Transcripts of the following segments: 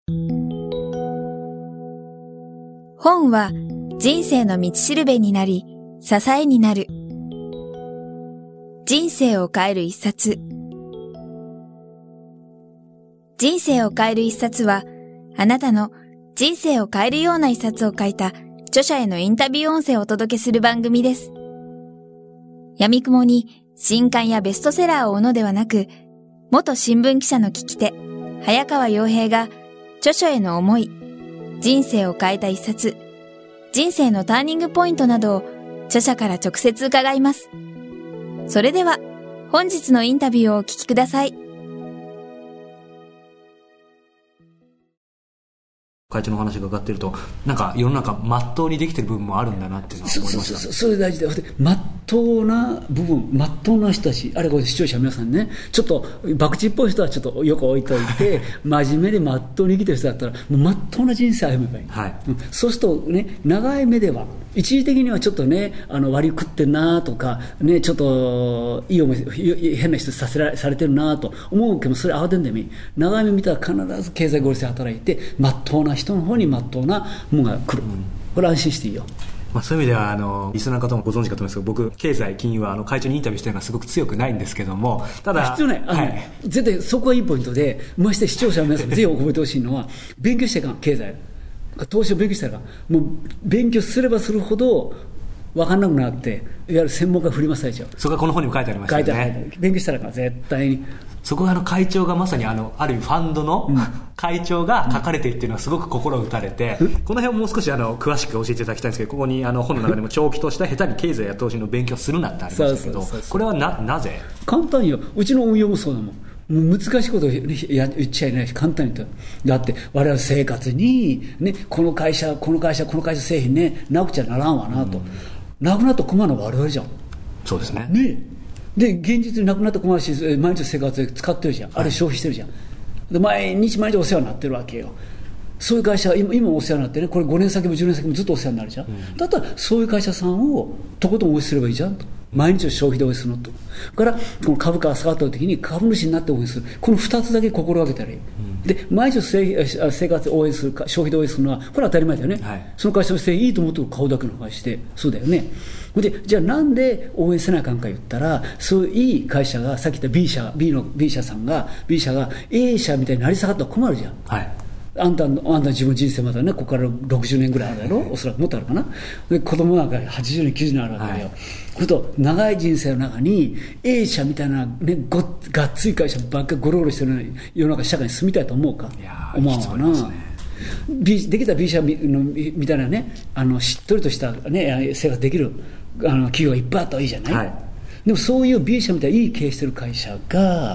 本は人生の道しるべになり、支えになる。人生を変える一冊。人生を変える一冊は、あなたの人生を変えるような一冊を書いた著者へのインタビュー音声をお届けする番組です。闇雲に新刊やベストセラーを追うのではなく、元新聞記者の聞き手、早川洋平が著書への思い、人生を変えた一冊、人生のターニングポイントなどを著者から直接伺います。それでは本日のインタビューをお聞きください。 会長のお話が伺っていると、なんか世の中真っ当にできてる部分もあるんだなっていうのは思いました。 それ大事で、真っ当な部分、真っ当な人たち、あれこれ視聴者の皆さんね、ちょっと博打っぽい人はちょっとよく置いといて真面目に真っ当に生きてる人だったら、もう真っ当な人生歩めばいい、はい、そうするとね、長い目では一時的にはちょっとね、割り食ってんなとか、ね、ちょっといい思い、変な人されてるなと思うけど、それ慌てんでもいい。長い目見たら必ず経済合理性働いて、真っ当な人の方に真っ当なものが来る。これ安心していいよ。 そういう意味ではリスナーの方もご存知かと思いますけど、僕経済金融は会長にインタビューしてるのはすごく強くないんですけども、ただ必要ない、はい、絶対そこがいいポイントで、まして視聴者の皆さんぜひ覚えてほしいのは勉強してかん、経済投資を勉強したら、もう勉強すればするほど分かんなくなって、いわゆる専門家振り回されちゃう。 そこがこの本にも書いてありましたよね。 書いてある。勉強したら絶対に。 そこが会長がまさにある意味ファンドの会長が書かれているっていうのはすごく心を打たれて、この辺をもう少し詳しく教えていただきたいんですけど、ここに本の中でも長期とした下手に経済や投資の勉強するなってありましたけど、これはなぜ？ 簡単よ。うちの運用もそうだもん。もう難しいことを言っちゃいないし、簡単に言った。だって我々生活に、ね、この会社製品ね、なくちゃならんわなと、なくなったら困るのは我々じゃん。 そうですね。 で現実になくなったら困るし、毎日の生活で使ってるじゃん、あれ消費してるじゃん。で毎日お世話になってるわけよ。そういう会社は今お世話になってね、これ5年先も10年先もずっとお世話になるじゃん、だったらそういう会社さんをとことん応援すればいいじゃんと。毎日の消費で応援するのと、からこの株価が下がった時に株主になって応援する、この2つだけ心がけたらいい、で毎日の生活で応援する、消費で応援するのはこれは当たり前だよね、その会社の製品いいと思って買うだけの話で、そうだよね。でじゃあなんで応援せなあかんか言ったら、そういういい会社が、さっき言った B 社が A 社みたいになり下がったら困るじゃん、あんた自分の人生まだね、ここから60年ぐらいあるやろ、おそらくもっとあるかな。で子供なんか80年90年あるわけだよ、そうすると長い人生の中に A 社みたいな、ね、がっつり会社ばっかりゴロゴロしてる世の中社会に住みたいと思うか？思わんわな。できた B 社みたいなね、しっとりとした、ね、生活できる企業がいっぱいあったらいいじゃない、でもそういう B 社みたいないい経営してる会社が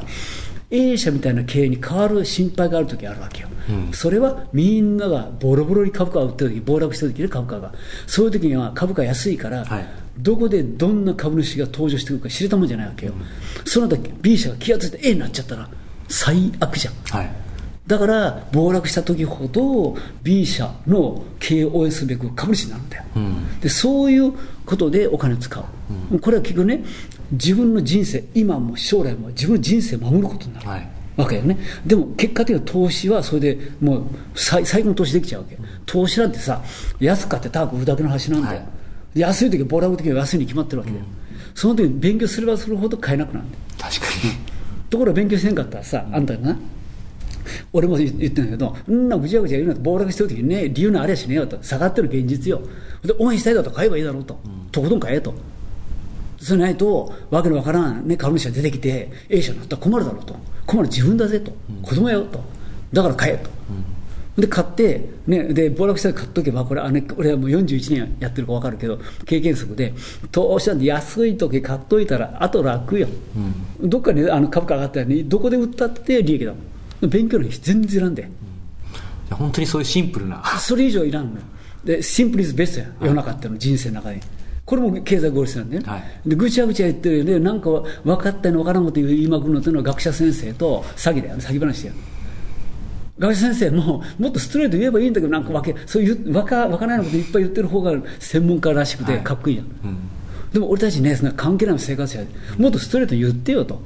A 社みたいな経営に変わる心配があるときあるわけよ、それはみんながボロボロに株価を売ってるとき、暴落してるときね、株価がそういうときには株価安いから、どこでどんな株主が登場してくるか知れたもんじゃないわけよ、その時 B 社が気がついて A になっちゃったら最悪じゃん、だから暴落した時ほど B 社の経営を応援すべく株主になるんだよ、でそういうことでお金を使う、これは結局ね、自分の人生、今も将来も自分の人生を守ることになる、わけよね。でも結果的に投資はそれでもう最後の投資できちゃうわけ、投資なんてさ、安く買って高く売るだけの話なんだよ、安い時は暴落的には安いに決まってるわけだよ、その時に勉強すればするほど買えなくなるんだよ。 確かに。 ところが勉強せんかったらさ、あんたがな、俺も言ってるんだけど、ぐちゃぐちゃ言うのと暴落してる時にね、理由のあれやしねえよと、下がってる現実よ、で応援したいだと買えばいいだろうと、とことん買えと、そうないとわけのわからん、ね、株主が出てきて A 社になったら困るだろうと、困る自分だぜと、子供やよと、だから買えと、で買って、ね、で暴落したら買っとけば、これ俺はもう41年やってるか分かるけど、経験則で、投資なんて安い時買っといたらあと楽よ、どっかに株価上がったら、ね、どこで売ったって利益だもん。勉強の日全然いらんで、 本当にそういうシンプルな、 それ以上いらんので、シンプルイズベストや、世の中っての人生の中に。これも経済合理性なんだよね、でぐちゃぐちゃ言ってるよね、なんか分かったの分からんこと言いまくるのというのは学者先生と詐欺だよね、詐欺話だよ。学者先生ももっとストレート言えばいいんだけど、なんかそういう分からないこといっぱい言ってる方が専門家らしくてかっこいいやん、でも俺たちね、そんな関係ない生活者でもっとストレート言ってよと、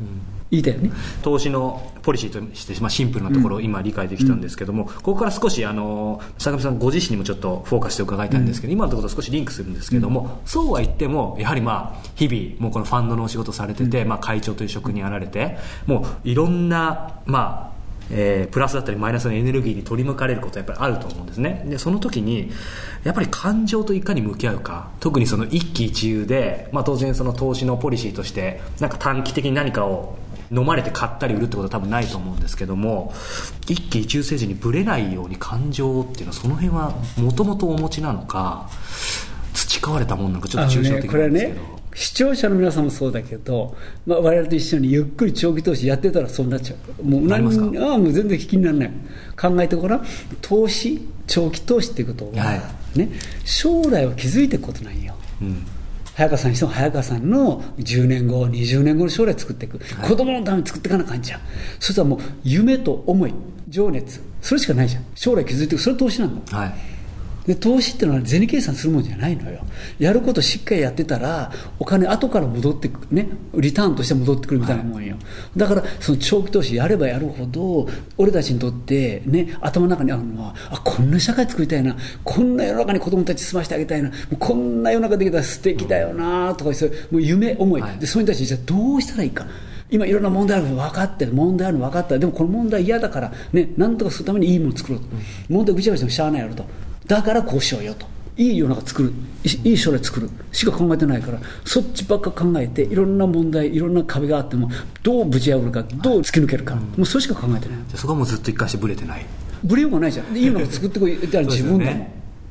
言いたよね。 投資のポリシーとして、シンプルなところを今理解できたんですけども、ここから少し坂上さんご自身にもちょっとフォーカスして伺いたいんですけど、今のところと少しリンクするんですけども、そうは言ってもやはり日々もうこのファンドのお仕事されてて、会長という職にあられて、もういろんなプラスだったりマイナスのエネルギーに取り向かれることはやっぱりあると思うんですね。でその時にやっぱり感情といかに向き合うか、特にその一喜一憂で、当然その投資のポリシーとして短期的に何かを飲まれて買ったり売るってことは多分ないと思うんですけども、一喜一憂せずにブレないように感情っていうのは、その辺はもともとお持ちなのか培われたものなのか、ちょっと抽象的なんですけど。 視聴者の皆さんもそうだけど、我々と一緒にゆっくり長期投資やってたらそうなっちゃう。もうもう全然気にならない。考えてごらん。投資、長期投資っていうことは、将来を築いていくことなんよ。早川さんにしても早川さんの10年後20年後の将来作っていく、子供のために作っていかなあかんじゃん。そしたらもう夢と思い、情熱、それしかないじゃん。将来築いていく、それ投資なの。で投資ってのは銭計算するもんじゃないのよ。やることしっかりやってたらお金後から戻ってくるね、リターンとして戻ってくるみたいなもんよ。だからその長期投資やればやるほど俺たちにとってね、頭の中にあるのは、こんな社会作りたいな、こんな世の中に子供たち住ましてあげたいな、もうこんな世の中できたら素敵だよなとか、そういうもう夢思い、でそういう人たちにじゃあどうしたらいいか。今いろんな問題あるの分かってる、問題あるの分かった、でもこの問題嫌だからね、なんとかするためにいいものを作ろうと、問題ぐちゃぐちゃもしゃあないやろと、だからこうしようよと、いい世の中作る、いい将来作るしか考えてないから、そっちばっか考えて、いろんな問題、いろんな壁があってもどうぶち破るか、どう突き抜けるか、もうそれしか考えてない。 じゃそこはもうずっと一貫してブレてない。 ブレようがないじゃん。いいのが作ってこいって自分だもん。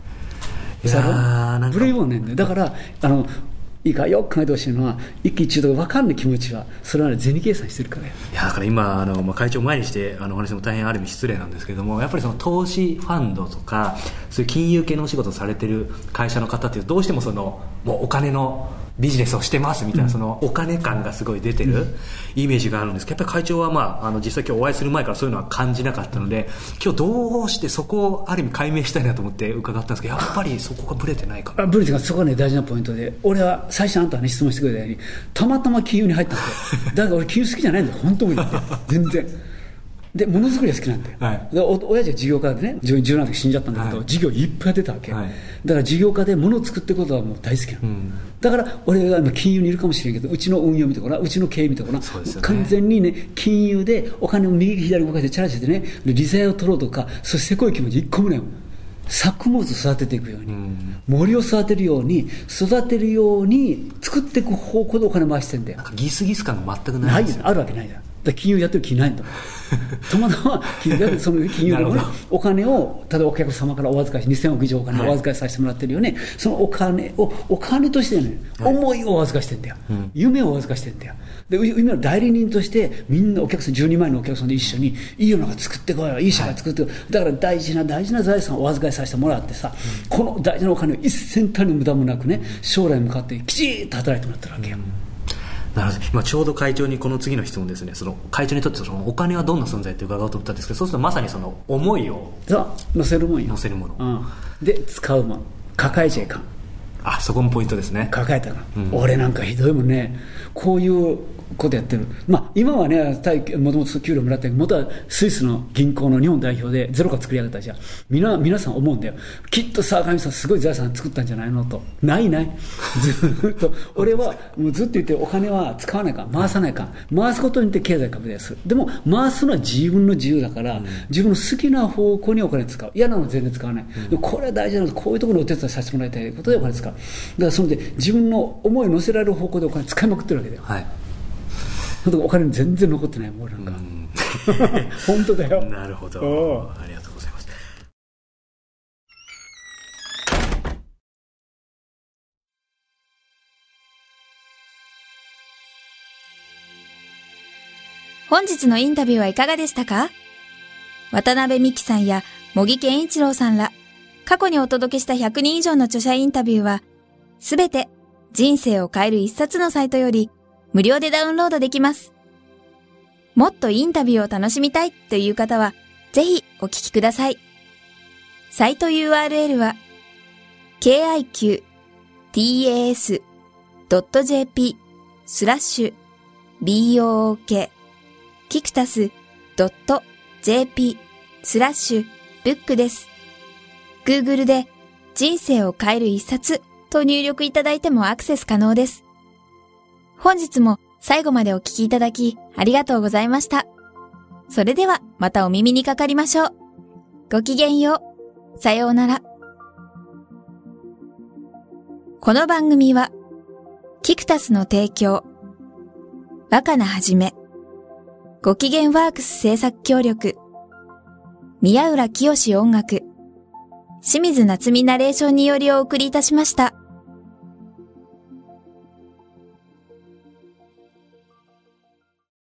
ブレようがないんだよ。だからいいかよく考えてほしいのは、一喜一憂とか分かんない気持ちは、それは銭計算してるからよ。 いやだから今会長を前にしてお話も大変ある意味失礼なんですけれども、やっぱりその投資ファンドとかそういう金融系のお仕事をされてる会社の方ってどうしてももうお金のビジネスをしてますみたいな、そのお金感がすごい出てるイメージがあるんですけど、やっぱり会長は実際今日お会いする前からそういうのは感じなかったので、今日どうしてそこをある意味解明したいなと思って伺ったんですけど、やっぱりそこがブレてないかな。 ブレてない、そこがね大事なポイントで、俺は最初あんたがね質問してくれたようにたまたま金融に入ったんですよ。だから俺金融好きじゃないんだよ、本当に言って全然でものづくりが好きなんだよ、で親父は事業家でね、自分17の時死んじゃったんだけど、事業いっぱいやってたわけ、だから事業家で物を作っていくことはもう大好きなの、だから俺は金融にいるかもしれんけど、うちの運用見てごらん、うちの経営見てごらん、完全にね金融でお金を右左動かしてチャラしてね、利ざやを取ろうとか、そういうせこい気持ち一個もないもん。作物を育てていくように、森を育てるように作っていく方向でお金回してんだよ。 ギスギス感が全くないですよ。 あるわけないじゃん。金融やってる気ないんだもん。たまたまその金融でもねお金を例えばお客様からお預かりし2000億以上お金をお預かりさせてもらってるよね、そのお金をお金としてね、思いをお預かりしてんだよ、夢をお預かりしてんだよ。で今の代理人としてみんなお客さん12万のお客さんで一緒にいい世の中作ってこいよ、いい社会作ってこい、だから大事な財産をお預かりさせてもらってさ、この大事なお金を一銭たりの無駄もなくね、将来に向かってきちっと働いてもらってるわけよ。 なるほど。今ちょうど会長にこの次の質問ですね、その会長にとってそのお金はどんな存在って伺おうと思ったんですけど、そうするとまさにその思いを乗せるもんよ。 乗せるもの、 で使うもん、抱えちゃいかん。 そこもポイントですね。 抱えたら、俺なんかひどいもんね、こういうことやってる。今はねもともと給料もらったけど、元はスイスの銀行の日本代表でゼロから作り上げたじゃん。皆さん思うんだよ、きっと沢上さんすごい財産作ったんじゃないのと。ないずっと俺はもうずっと言って、お金は使わないかん、回さないかん、回すことによって経済拡大する。でも回すのは自分の自由だから、自分の好きな方向にお金使う。嫌なのは全然使わない、でもこれは大事なので、こういうところにお手伝いさせてもらいたいということでお金使う。だからそれで自分の思いを乗せられる方向でお金使いまくってるわけだよ、お金全然残ってないもんなんか本当だよ。 なるほど、ありがとうございます。 本日のインタビューはいかがでしたか？渡辺美樹さんや茂木健一郎さんら過去にお届けした100人以上の著者インタビューはすべて人生を変える一冊のサイトより無料でダウンロードできます。もっとインタビューを楽しみたいという方はぜひお聞きください。サイト URL は kiqtas.jp/book kictas.jp/book です。Google で人生を変える一冊と入力いただいてもアクセス可能です。本日も最後までお聞きいただきありがとうございました。それではまたお耳にかかりましょう。ごきげんよう。さようなら。この番組はキクタスの提供、若菜はじめ、ごきげんワークス制作協力、宮浦清志音楽、清水夏美ナレーションによりお送りいたしました。